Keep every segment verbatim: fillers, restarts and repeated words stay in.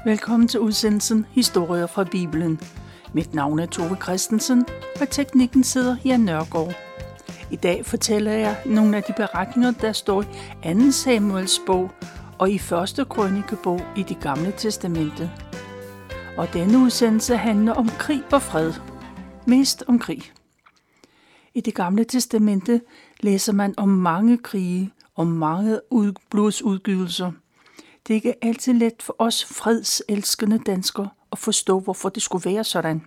Velkommen til udsendelsen Historier fra Bibelen. Mit navn er Tove Christensen, og teknikken sidder Jan Nørgaard. I dag fortæller jeg nogle af de beretninger, der står i anden Samuels bog og i første krønikebog i Det Gamle Testamente. Og denne udsendelse handler om krig og fred. Mest om krig. I Det Gamle Testamente læser man om mange krige og mange blodsudgydelser. Det er ikke altid let for os fredselskende danskere at forstå, hvorfor det skulle være sådan.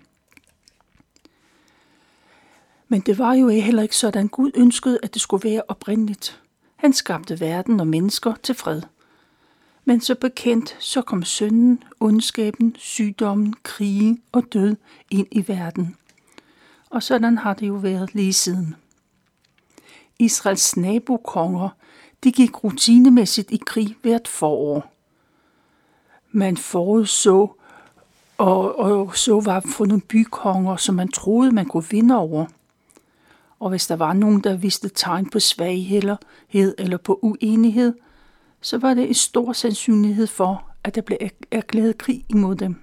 Men det var jo heller ikke sådan, Gud ønskede, at det skulle være oprindeligt. Han skabte verden og mennesker til fred. Men så bekendt, så kom synden, ondskaben, sygdommen, krige og død ind i verden. Og sådan har det jo været lige siden. Israels nabokonger, de gik rutinemæssigt i krig hvert forår. Man forudså og, og så var for nogle bykonger, som man troede, man kunne vinde over. Og hvis der var nogen, der viste tegn på svaghed eller på uenighed, så var det en stor sandsynlighed for, at der blev erklæret krig imod dem.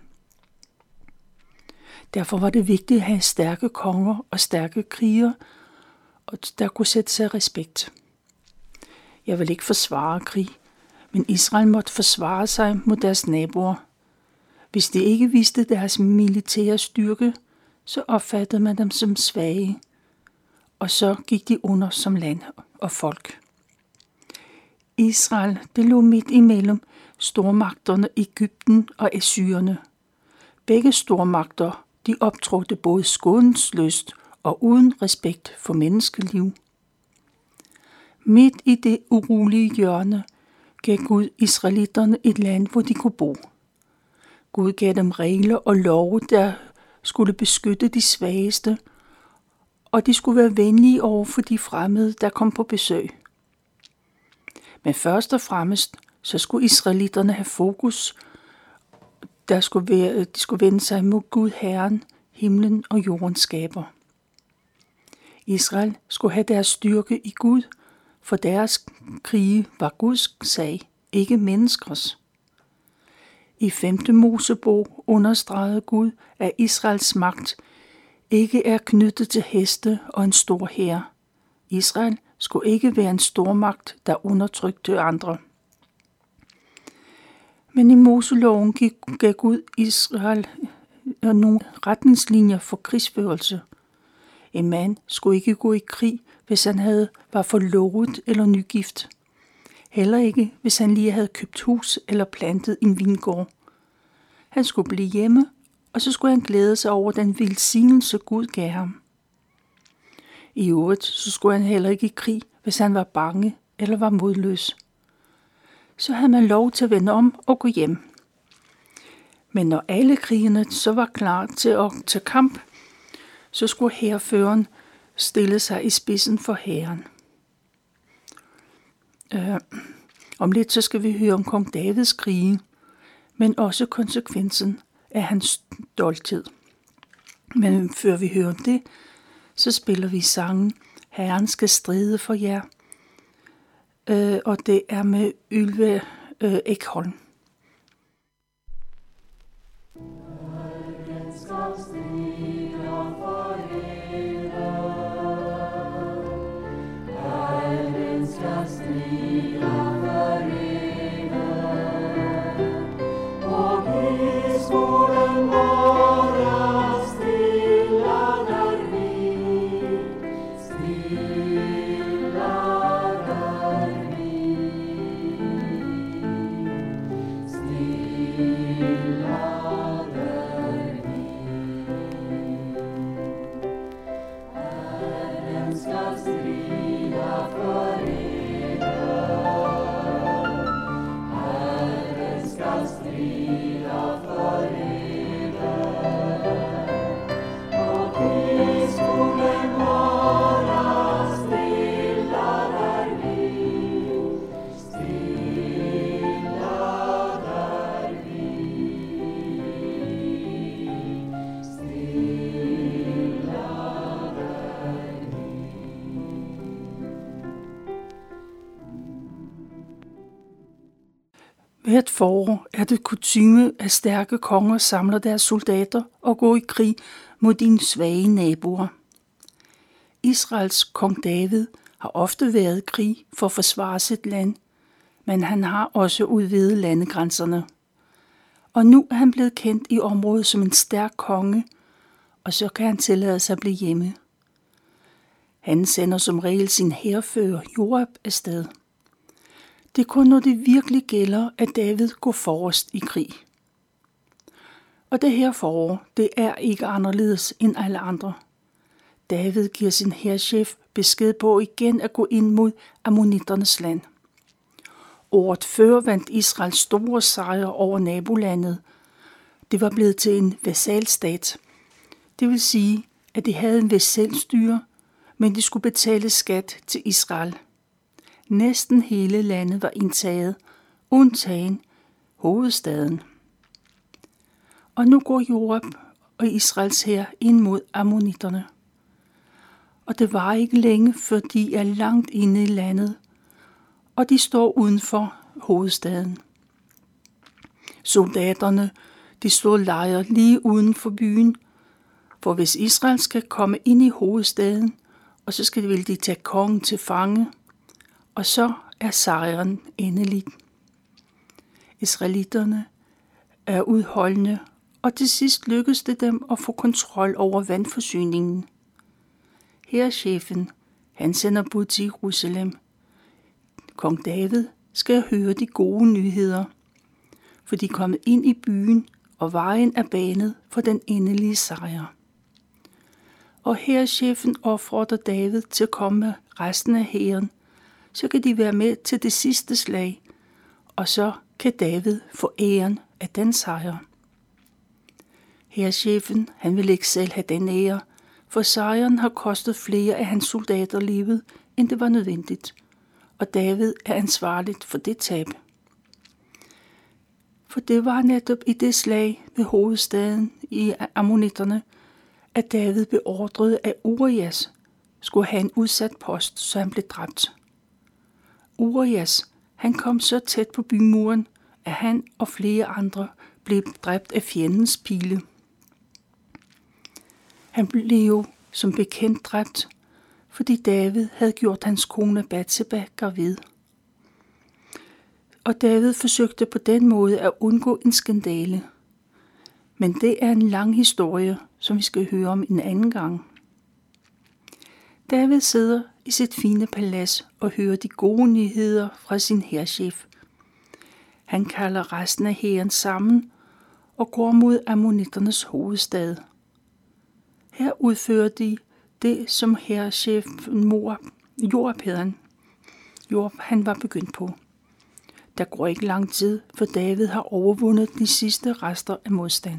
Derfor var det vigtigt at have stærke konger og stærke krigere, og der kunne sætte sig respekt. Jeg vil ikke forsvare krig, men Israel måtte forsvare sig mod deres naboer. Hvis de ikke viste deres militære styrke, så opfattede man dem som svage, og så gik de under som land og folk. Israel, det lå midt imellem stormagterne Egypten og Assyrerne. Begge stormagter, de optrådte både skådensløst og uden respekt for menneskeliv. Midt i det urolige hjørne gav Gud israelitterne et land, hvor de kunne bo. Gud gav dem regler og love, der skulle beskytte de svageste, og de skulle være venlige over for de fremmede, der kom på besøg. Men først og fremmest, så skulle israelitterne have fokus. Der skulle være, de skulle vende sig mod Gud, Herren, himlen og jordens skaber. Israel skulle have deres styrke i Gud, for deres krige var Guds sag, ikke menneskers. I femte Mosebog understregede Gud, at Israels magt ikke er knyttet til heste og en stor hær. Israel skulle ikke være en stormagt, der undertrykte andre. Men i Moseloven gav Gud Israel nogle retningslinjer for krigsførelse. En mand skulle ikke gå i krig, hvis han havde var forlovet eller nygift. Heller ikke, hvis han lige havde købt hus eller plantet en vingård. Han skulle blive hjemme, og så skulle han glæde sig over den velsignelse Gud gav ham. I øvrigt, så skulle han heller ikke i krig, hvis han var bange eller var modløs. Så havde man lov til at vende om og gå hjem. Men når alle krigene så var klar til at tage kamp, så skulle hærføreren stille sig i spidsen for hæren. Øh, om lidt så skal vi høre om kong Davids krige, men også konsekvensen af hans stolthed. Men før vi hører om det, så spiller vi sangen Herren skal stride for jer, øh, og det er med Ylve øh, Ekholm. Herren skal stride for eder, Herren skal stride for eder, og vi skolen vara stilla der vi, stilla der vi, stilla der vi. Hvert forår er det kutyme, at stærke konger samler deres soldater og går i krig mod dine svage naboer. Israels kong David har ofte været i krig for at forsvare sit land, men han har også udvidet landegrænserne. Og nu er han blevet kendt i området som en stærk konge, og så kan han tillade sig at blive hjemme. Han sender som regel sin hærfører Joab afsted. Det er kun, når det virkelig gælder, at David går forrest i krig. Og det her forår, det er ikke anderledes end alle andre. David giver sin hærchef besked på igen at gå ind mod ammonitternes land. Året før vandt Israel store sejre over nabolandet. Det var blevet til en vasalstat. Det vil sige, at de havde en vasalstyre, men de skulle betale skat til Israel. Næsten hele landet var indtaget, undtagen hovedstaden. Og nu går Joab og Israels hær ind mod ammonitterne. Og det var ikke længe, før de er langt inde i landet, og de står uden for hovedstaden. Soldaterne, de står lejret lige uden for byen, for hvis Israel skal komme ind i hovedstaden, og så skal de vel de tage kongen til fange, og så er sejren endelig. Israelitterne er udholdende, og til sidst lykkes det dem at få kontrol over vandforsyningen. Hærchefen, han sender bud til Jerusalem. Kong David skal høre de gode nyheder, for de er kommet ind i byen, og vejen er banet for den endelige sejr. Og hærchefen opfordrer David til at komme med resten af hæren, så kan de være med til det sidste slag, og så kan David få æren af den sejr. Hærchefen, han vil ikke selv have den ære, for sejren har kostet flere af hans soldater livet, end det var nødvendigt, og David er ansvarligt for det tab. For det var netop i det slag ved hovedstaden i ammonitterne, at David beordrede, at Urias skulle have en udsat post, så han blev dræbt. Urias, han kom så tæt på bymuren, at han og flere andre blev dræbt af fjendens pile. Han blev jo som bekendt dræbt, fordi David havde gjort hans kone Batseba gravid. Og David forsøgte på den måde at undgå en skandale. Men det er en lang historie, som vi skal høre om en anden gang. David sidder i sit fine palads og hører de gode nyheder fra sin hærchef. Han kalder resten af hæren sammen og går mod ammonitternes hovedstad. Her udfører de det, som hærchefen Joab hed han. Joab, han var begyndt på. Der går ikke lang tid, for David har overvundet de sidste rester af modstand.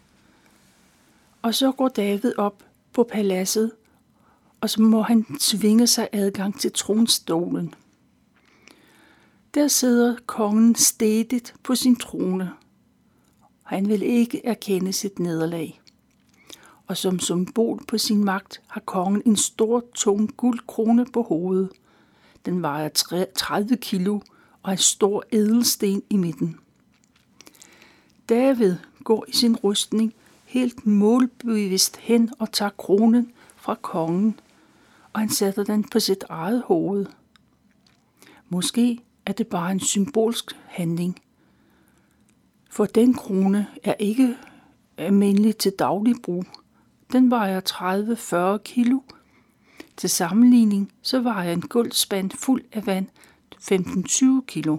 Og så går David op på paladset, og så må han tvinge sig adgang til tronstolen. Der sidder kongen stædigt på sin trone. Han vil ikke erkende sit nederlag. Og som symbol på sin magt har kongen en stor, tung guldkrone på hovedet. Den vejer tredive kilo og en stor ædelsten i midten. David går i sin rustning helt målbevidst hen og tager kronen fra kongen, og han sætter den på sit eget hoved. Måske er det bare en symbolsk handling, for den krone er ikke almindelig til daglig brug. Den vejer tredive til fyrre kilo. Til sammenligning så vejer en guldspand fuld af vand femten til tyve kilo.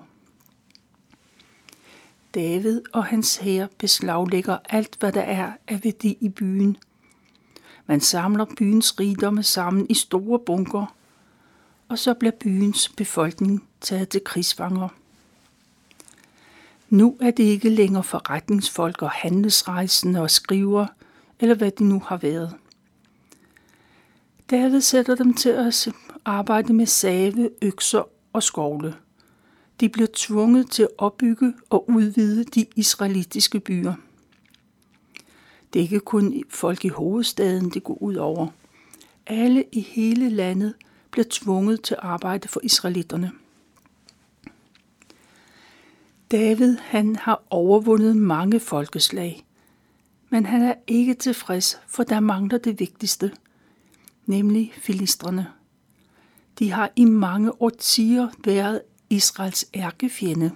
David og hans hær beslaglægger alt, hvad der er af værdi i byen. Man samler byens rigdomme sammen i store bunker, og så bliver byens befolkning taget til krigsfanger. Nu er det ikke længere forretningsfolk og handelsrejsende og skriver, eller hvad de nu har været. David sætter dem til at arbejde med save, økser og skovle. De blev tvunget til at opbygge og udvide de israelitiske byer. Det er ikke kun folk i hovedstaden, det går ud over. Alle i hele landet bliver tvunget til at arbejde for israelitterne. David, han har overvundet mange folkeslag, men han er ikke tilfreds, for der mangler det vigtigste, nemlig filistrene. De har i mange årtier været Israels ærkefjende.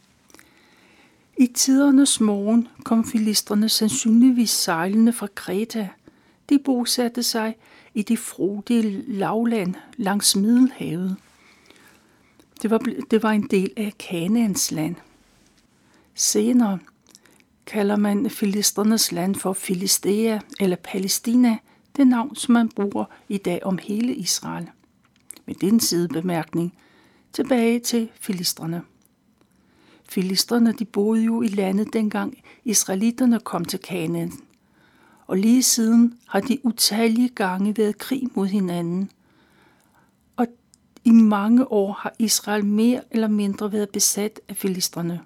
I tidernes morgen kom filistrene sandsynligvis sejlende fra Kreta. De bosatte sig i de frodige lavland langs Middelhavet. Det var, det var en del af Kanaans land. Senere kalder man filistrenes land for Filistea eller Palæstina, det navn, som man bruger i dag om hele Israel. Med den sidebemærkning tilbage til filistrene. Filistrene, de boede jo i landet dengang israelitterne kom til Kanaan. Og lige siden har de utallige gange været krig mod hinanden. Og i mange år har Israel mere eller mindre været besat af filistrene.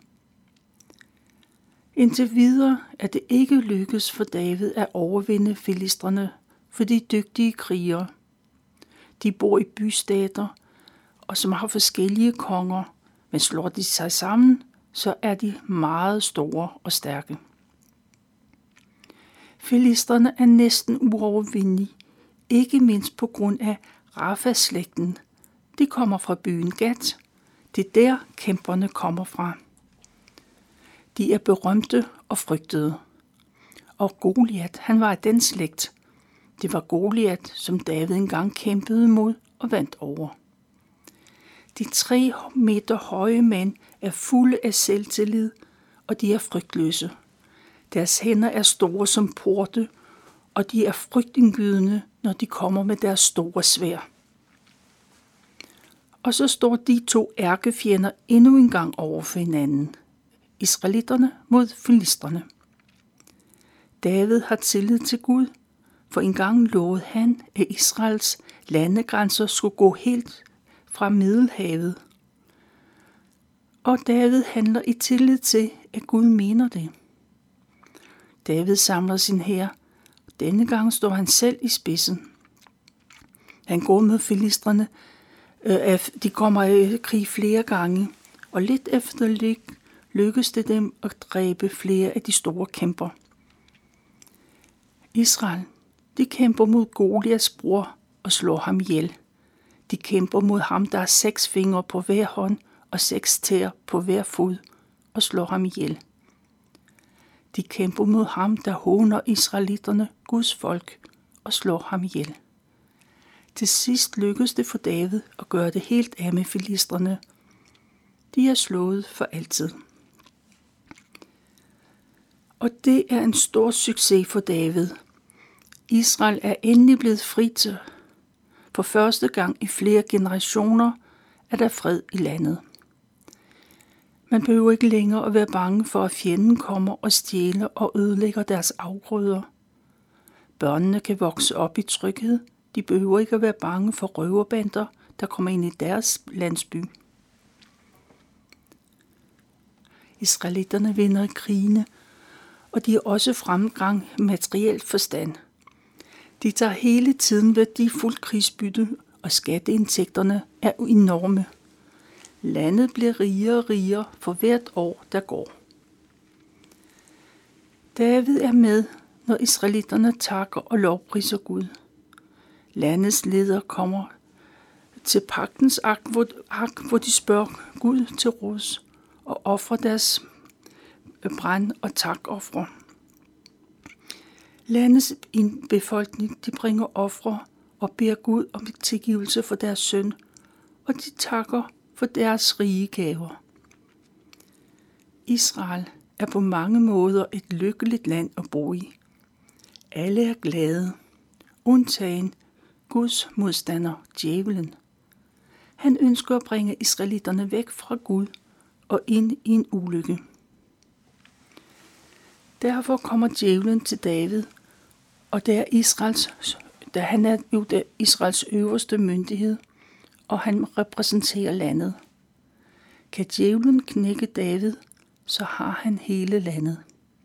Indtil videre er det ikke lykkedes for David at overvinde filistrene, for de dygtige krigere. De bor i bystater, og som har forskellige konger, men slår de sig sammen, så er de meget store og stærke. Filistrene er næsten uovervindelige, ikke mindst på grund af Rafa-slægten. De kommer fra byen Gat. Det er der, kæmperne kommer fra. De er berømte og frygtede. Og Goliat, han var af den slægt. Det var Goliat, som David engang kæmpede mod og vandt over. De tre meter høje mænd er fulde af selvtillid, og de er frygtløse. Deres hænder er store som porte, og de er frygtindgydende, når de kommer med deres store sværd. Og så står de to ærkefjender endnu en gang over for hinanden. Israelitterne mod filistrene. David har tillid til Gud, for engang lovede han, at Israels landegrænser skulle gå helt fra Middelhavet. Og David handler i tillid til, at Gud mener det. David samler sin hær. Denne gang står han selv i spidsen. Han går med filistrene. De kommer i krig flere gange, og lidt efter lidt lykkes det dem at dræbe flere af de store kæmper. Israel, de kæmper mod Goliats bror og slår ham ihjel. De kæmper mod ham, der har seks fingre på hver hånd og seks tæer på hver fod, og slår ham ihjel. De kæmper mod ham, der håner israelitterne, Guds folk, og slår ham ihjel. Til sidst lykkes det for David at gøre det helt af med filistrene. De er slået for altid. Og det er en stor succes for David. Israel er endelig blevet fri til. For første gang i flere generationer er der fred i landet. Man behøver ikke længere at være bange for, at fjenden kommer og stjæler og ødelægger deres afgrøder. Børnene kan vokse op i tryghed. De behøver ikke at være bange for røverbander, der kommer ind i deres landsby. Israelitterne vinder i krigene, og de er også fremgang i materielt forstand. De tager hele tiden værdifuldt krigsbytte, og skatteindtægterne er enorme. Landet bliver rigere og rigere for hvert år, der går. David er med, når israelitterne takker og lovpriser Gud. Landets leder kommer til pagtens ark, hvor, ark, hvor de spørger Gud til råds og ofrer deres brand- og takoffre. Landets befolkning, de bringer ofre og beder Gud om tilgivelse for deres synd, og de takker for deres rige gaver. Israel er på mange måder et lykkeligt land at bo i. Alle er glade, undtagen Guds modstander, djævelen. Han ønsker at bringe israelitterne væk fra Gud og ind i en ulykke. Derfor kommer djævelen til David, og det er Israels, da han er jo det Israels øverste myndighed, og han repræsenterer landet. Kan djævelen knække David, så har han hele landet.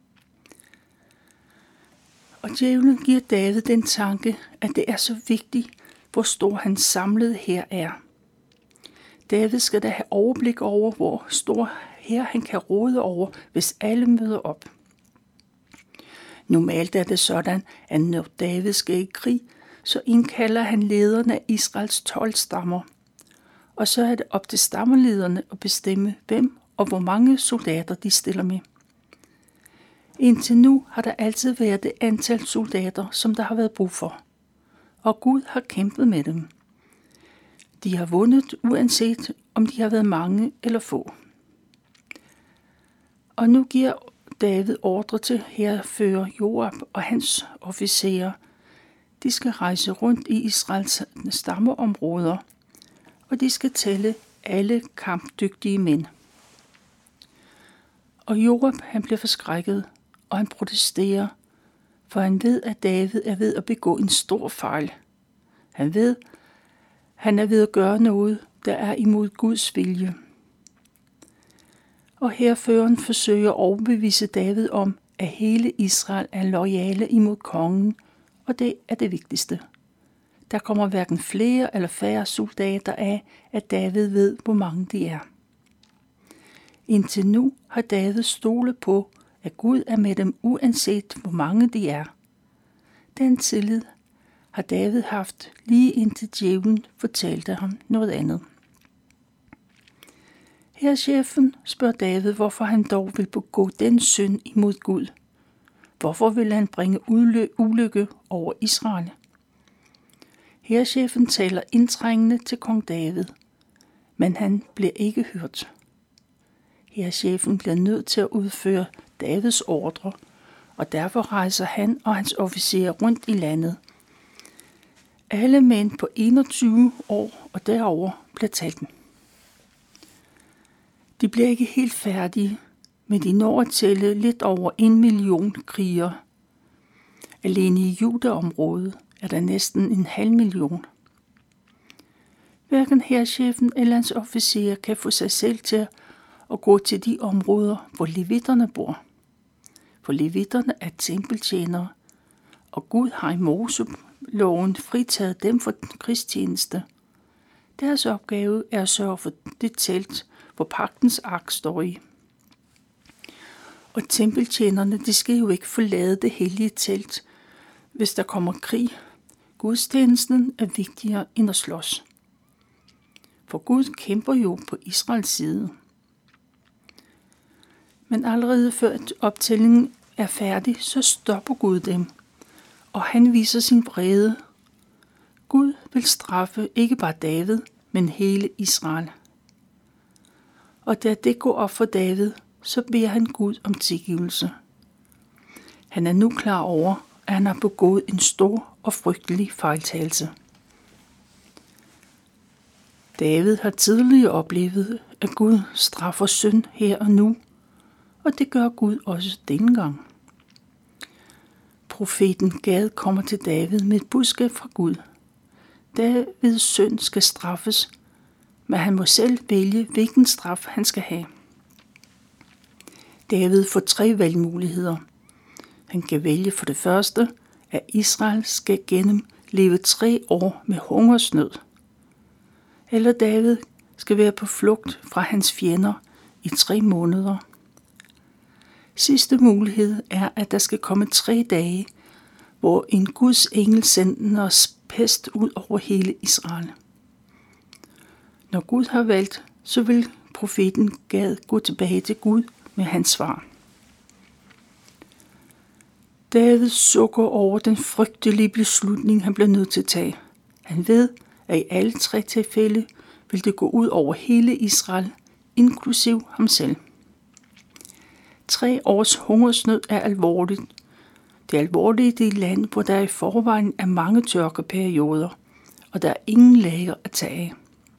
Og djævelen giver David den tanke, at det er så vigtigt, hvor stor hans samlede hær er. David skal da have overblik over, hvor stor her han kan råde over, hvis alle møder op. Normalt er det sådan, at når David skal i krig, så indkalder han lederne af Israels tolv stammer. Og så er det op til stammelederne at bestemme, hvem og hvor mange soldater de stiller med. Indtil nu har der altid været det antal soldater, som der har været brug for. Og Gud har kæmpet med dem. De har vundet, uanset om de har været mange eller få. Og nu giver David ordre til hærfører Joab og hans officerer. De skal rejse rundt i Israels stammeområder, og de skal tælle alle kampdygtige mænd. Og Joab, han bliver forskrækket, og han protesterer, for han ved, at David er ved at begå en stor fejl. Han ved, han er ved at gøre noget, der er imod Guds vilje. Og hærføreren forsøger at overbevise David om, at hele Israel er loyale imod kongen, og det er det vigtigste. Der kommer hverken flere eller færre soldater af, at David ved, hvor mange de er. Indtil nu har David stolet på, at Gud er med dem, uanset hvor mange de er. Den tillid har David haft lige indtil djævlen fortalte ham noget andet. Her chefen spørger David, hvorfor han dog vil begå den synd imod Gud. Hvorfor vil han bringe ulykke over Israel? Her chefen taler indtrængende til kong David, men han bliver ikke hørt. Her chefen bliver nødt til at udføre Davids ordre, og derfor rejser han og hans officerer rundt i landet. Alle mænd på enogtyve år og derover bliver talt. De bliver ikke helt færdige, men de når at tælle lidt over en million krigere. Alene i Judaområdet er der næsten en halv million. Hverken hærchefen eller hans officerer kan få sig selv til at gå til de områder, hvor levitterne bor. For levitterne er tempeltjenere, og Gud har i Moseloven fritaget dem for krigstjeneste. Deres opgave er at sørge for det telt, hvor pagtens ark står i. Og tempeltjenerne, de skal jo ikke forlade det hellige telt, hvis der kommer krig. Gudstjenesten er vigtigere end at slås. For Gud kæmper jo på Israels side. Men allerede før optællingen er færdig, så stopper Gud dem, og han viser sin vrede. Gud vil straffe ikke bare David, men hele Israel. Og da det går op for David, så beder han Gud om tilgivelse. Han er nu klar over, at han har begået en stor og frygtelig fejltagelse. David har tidligere oplevet, at Gud straffer synd her og nu, og det gør Gud også denne gang. Profeten Gad kommer til David med et budskab fra Gud. Davids synd skal straffes, men han må selv vælge, hvilken straf han skal have. David får tre valgmuligheder. Han kan vælge for det første, at Israel skal gennemleve tre år med hungersnød. Eller David skal være på flugt fra hans fjender i tre måneder. Sidste mulighed er, at der skal komme tre dage, hvor en Guds engel sender pest ud over hele Israel. Når Gud har valgt, så vil profeten Gad gå tilbage til Gud med hans svar. David sukker over den frygtelige beslutning, han bliver nødt til at tage. Han ved, at i alle tre tilfælde vil det gå ud over hele Israel, inklusiv ham selv. Tre års hungersnød er alvorligt. Det er alvorligt i et land, hvor der i forvejen er mange tørkeperioder, og der er ingen lager at tage.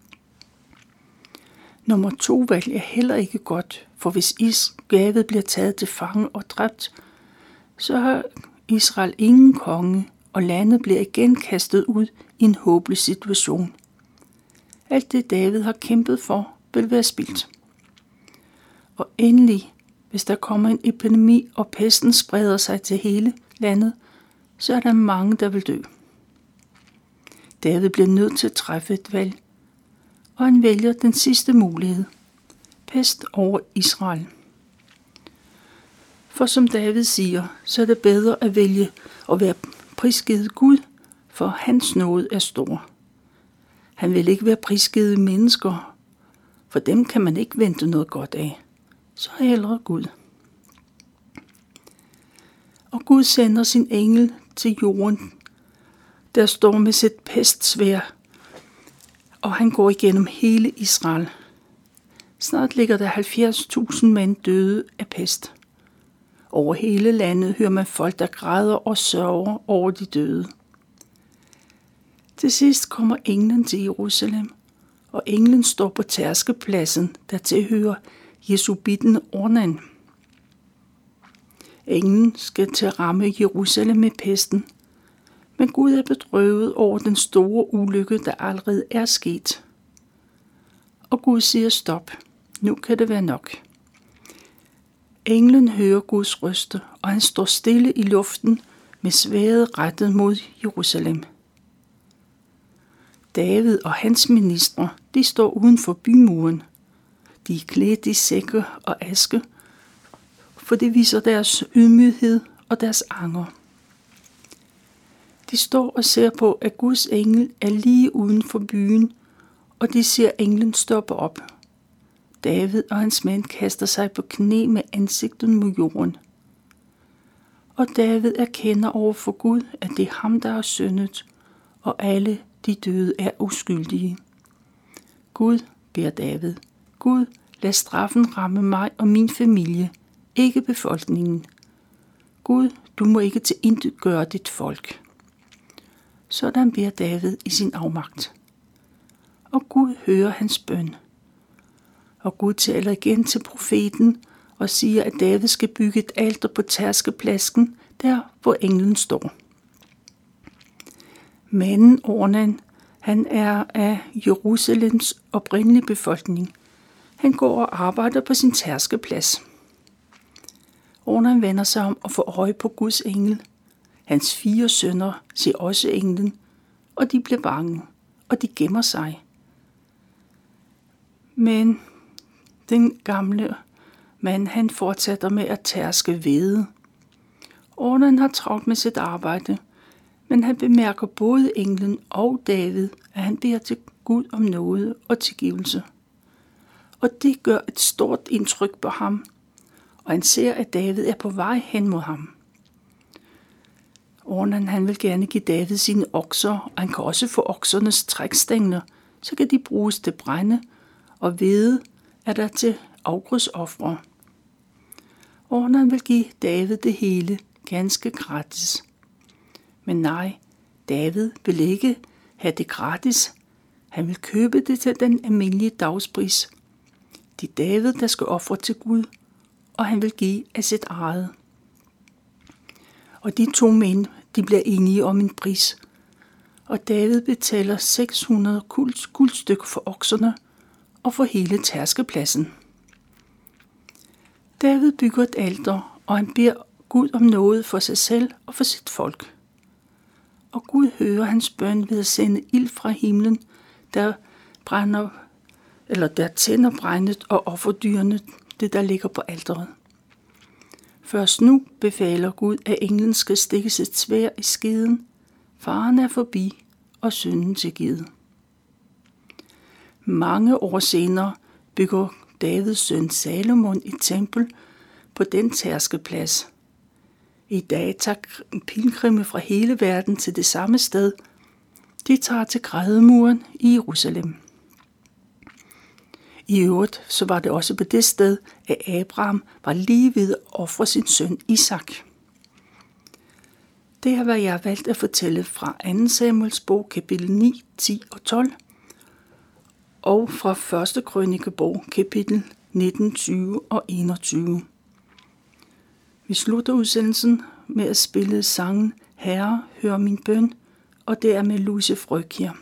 Nummer to valg er heller ikke godt, for hvis Israel bliver taget til fange og dræbt, så har Israel ingen konge, og landet bliver igen kastet ud i en håbløs situation. Alt det David har kæmpet for, vil være spildt. Og endelig, hvis der kommer en epidemi, og pesten spreder sig til hele landet, så er der mange, der vil dø. David bliver nødt til at træffe et valg, og han vælger den sidste mulighed. pest over Israel. For som David siger, så er det bedre at vælge at være prisgivet Gud, for hans nåde er stor. Han vil ikke være prisgivet mennesker, for dem kan man ikke vente noget godt af. Så hellere Gud. Og Gud sender sin engel til jorden, der står med sit pestsværd, og han går igennem hele Israel. Snart ligger der halvfjerds tusind mænd døde af pest. Over hele landet hører man folk, der græder og sørger over de døde. Til sidst kommer englen til Jerusalem, og englen står på tærskepladsen, der tilhører jesubitten Ornan. Englen skal til at ramme Jerusalem med pesten, men Gud er bedrøvet over den store ulykke, der allerede er sket. Og Gud siger stop, nu kan det være nok. Englen hører Guds røste, og han står stille i luften med sværdet rettet mod Jerusalem. David og hans ministre, de står uden for bymuren. De er klædt i sække og aske, for det viser deres ydmyghed og deres anger. De står og ser på, at Guds engel er lige uden for byen, og de ser englen stoppe op. David og hans mænd kaster sig på knæ med ansigtet mod jorden. Og David erkender over for Gud, at det er ham, der har syndet, og alle de døde er uskyldige. Gud, beder David, Gud, lad straffen ramme mig og min familie, ikke befolkningen. Gud, du må ikke tilintetgøre dit folk. Sådan beder David i sin afmagt. Og Gud hører hans bøn. Og Gud taler igen til profeten og siger, at David skal bygge et alter på tærskepladsen, der hvor englen står. Manden Ornan, han er af Jerusalems oprindelige befolkning. Han går og arbejder på sin tærskeplads. Ornan vender sig om og får øje på Guds engel. Hans fire sønner ser også englen, og de bliver bange, og de gemmer sig. Men den gamle mand, han fortsætter med at tærske hvede. Ornan har travlt med sit arbejde, men han bemærker både englen og David, at han beder til Gud om nåde og tilgivelse. Og det gør et stort indtryk på ham, og han ser, at David er på vej hen mod ham. Ornan, han vil gerne give David sine okser, og han kan også få oksernes trækstængler, så kan de bruges til brænde, og hvede er der til afgrødsofre. Ornan vil give David det hele, ganske gratis. Men nej, David vil ikke have det gratis. Han vil købe det til den almindelige dagspris. Det er David, der skal ofre til Gud, og han vil give af sit eget. Og de to mænd, de bliver enige om en pris. Og David betaler seks hundrede guldstykker for okserne og for hele tærskepladsen. David bygger et alter, og han beder Gud om noget for sig selv og for sit folk. Og Gud hører hans bøn ved at sende ild fra himlen, der brænder, eller der tænder brændet og offerdyrene, det der ligger på alteret. Først nu befaler Gud, at englen skal stikke sit sværd i skeden. Faren er forbi, og synden tilgivet. Mange år senere bygger Davids søn Salomon et tempel på den tærskeplads. I dag tager pilgrimme fra hele verden til det samme sted. De tager til Grædemuren i Jerusalem. I øvrigt så var det også på det sted, at Abraham var lige ved at ofre sin søn Isak. Det er, hvad jeg har valgt at fortælle fra anden Samuels bog, kapitel ni, ti og tolv, og fra første krønikebog, kapitel nitten, tyve og enogtyve. Vi slutter udsendelsen med at spille sangen Herre, hør min bøn, og det er med Louise Frøkjær.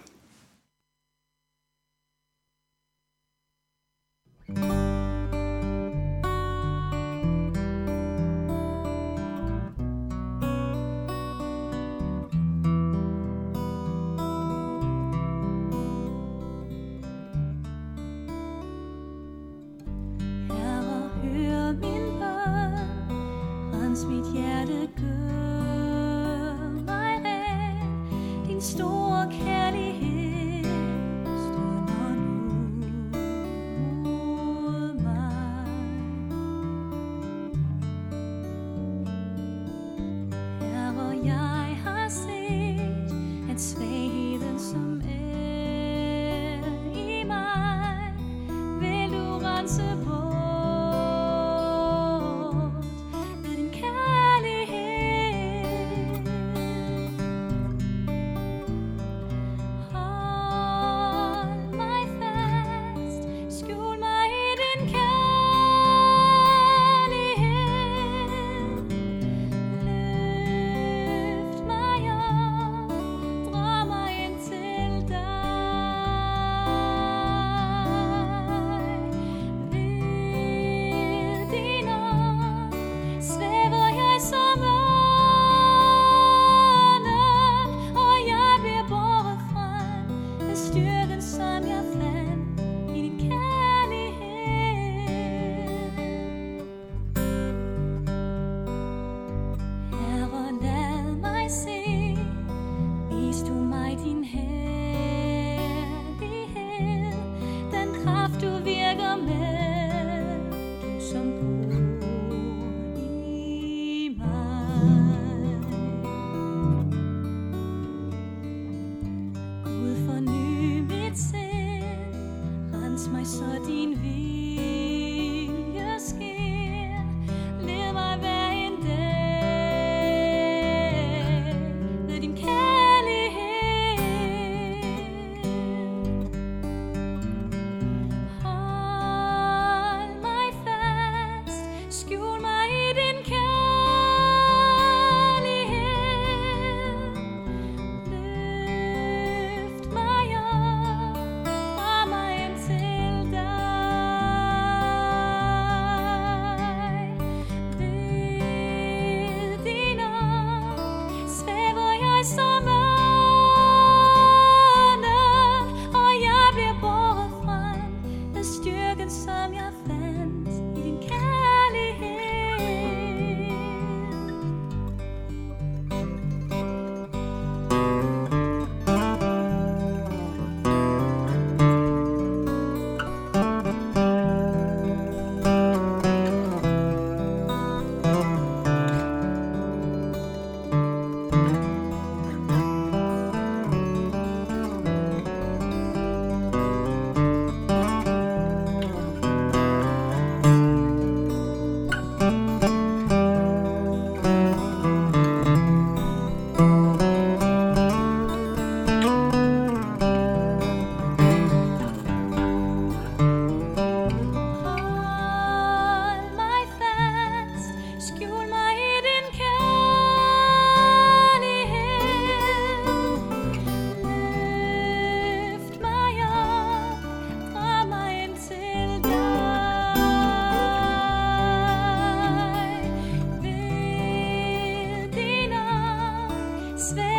din store kærlighed strømmer nu mod mig. Her hvor jeg har set, at svagheden som er i mig, vil du rense bort ved din kærlighed. Hold mig fast, skjul mig i din kærlighed. Løft mig op, drag mig ind til dig. Ved din ånd svæver jeg som ånden, og jeg bliver båret frem af styrken, som jeg fandt i din kærlighed. Herre, lad mig se, vis du mig din herlighed, den kraft du virker med, du som bor i mig. Gud, forny mit sind, rens mig så din vilje sker. Led mig hver en dag ved din kærlighed. Hold mig fast, skjul mig i din kærlighed. Løft mig op, drag mig ind til dig. Ved din ånd svæver jeg som ånden, og jeg bliver båret frem af styrken, som jeg fandt i din kærlighed. Hold mig fast, skjul mig i din kærlighed. Løft mig op, drag mig ind til dig. Ved din ånd svæver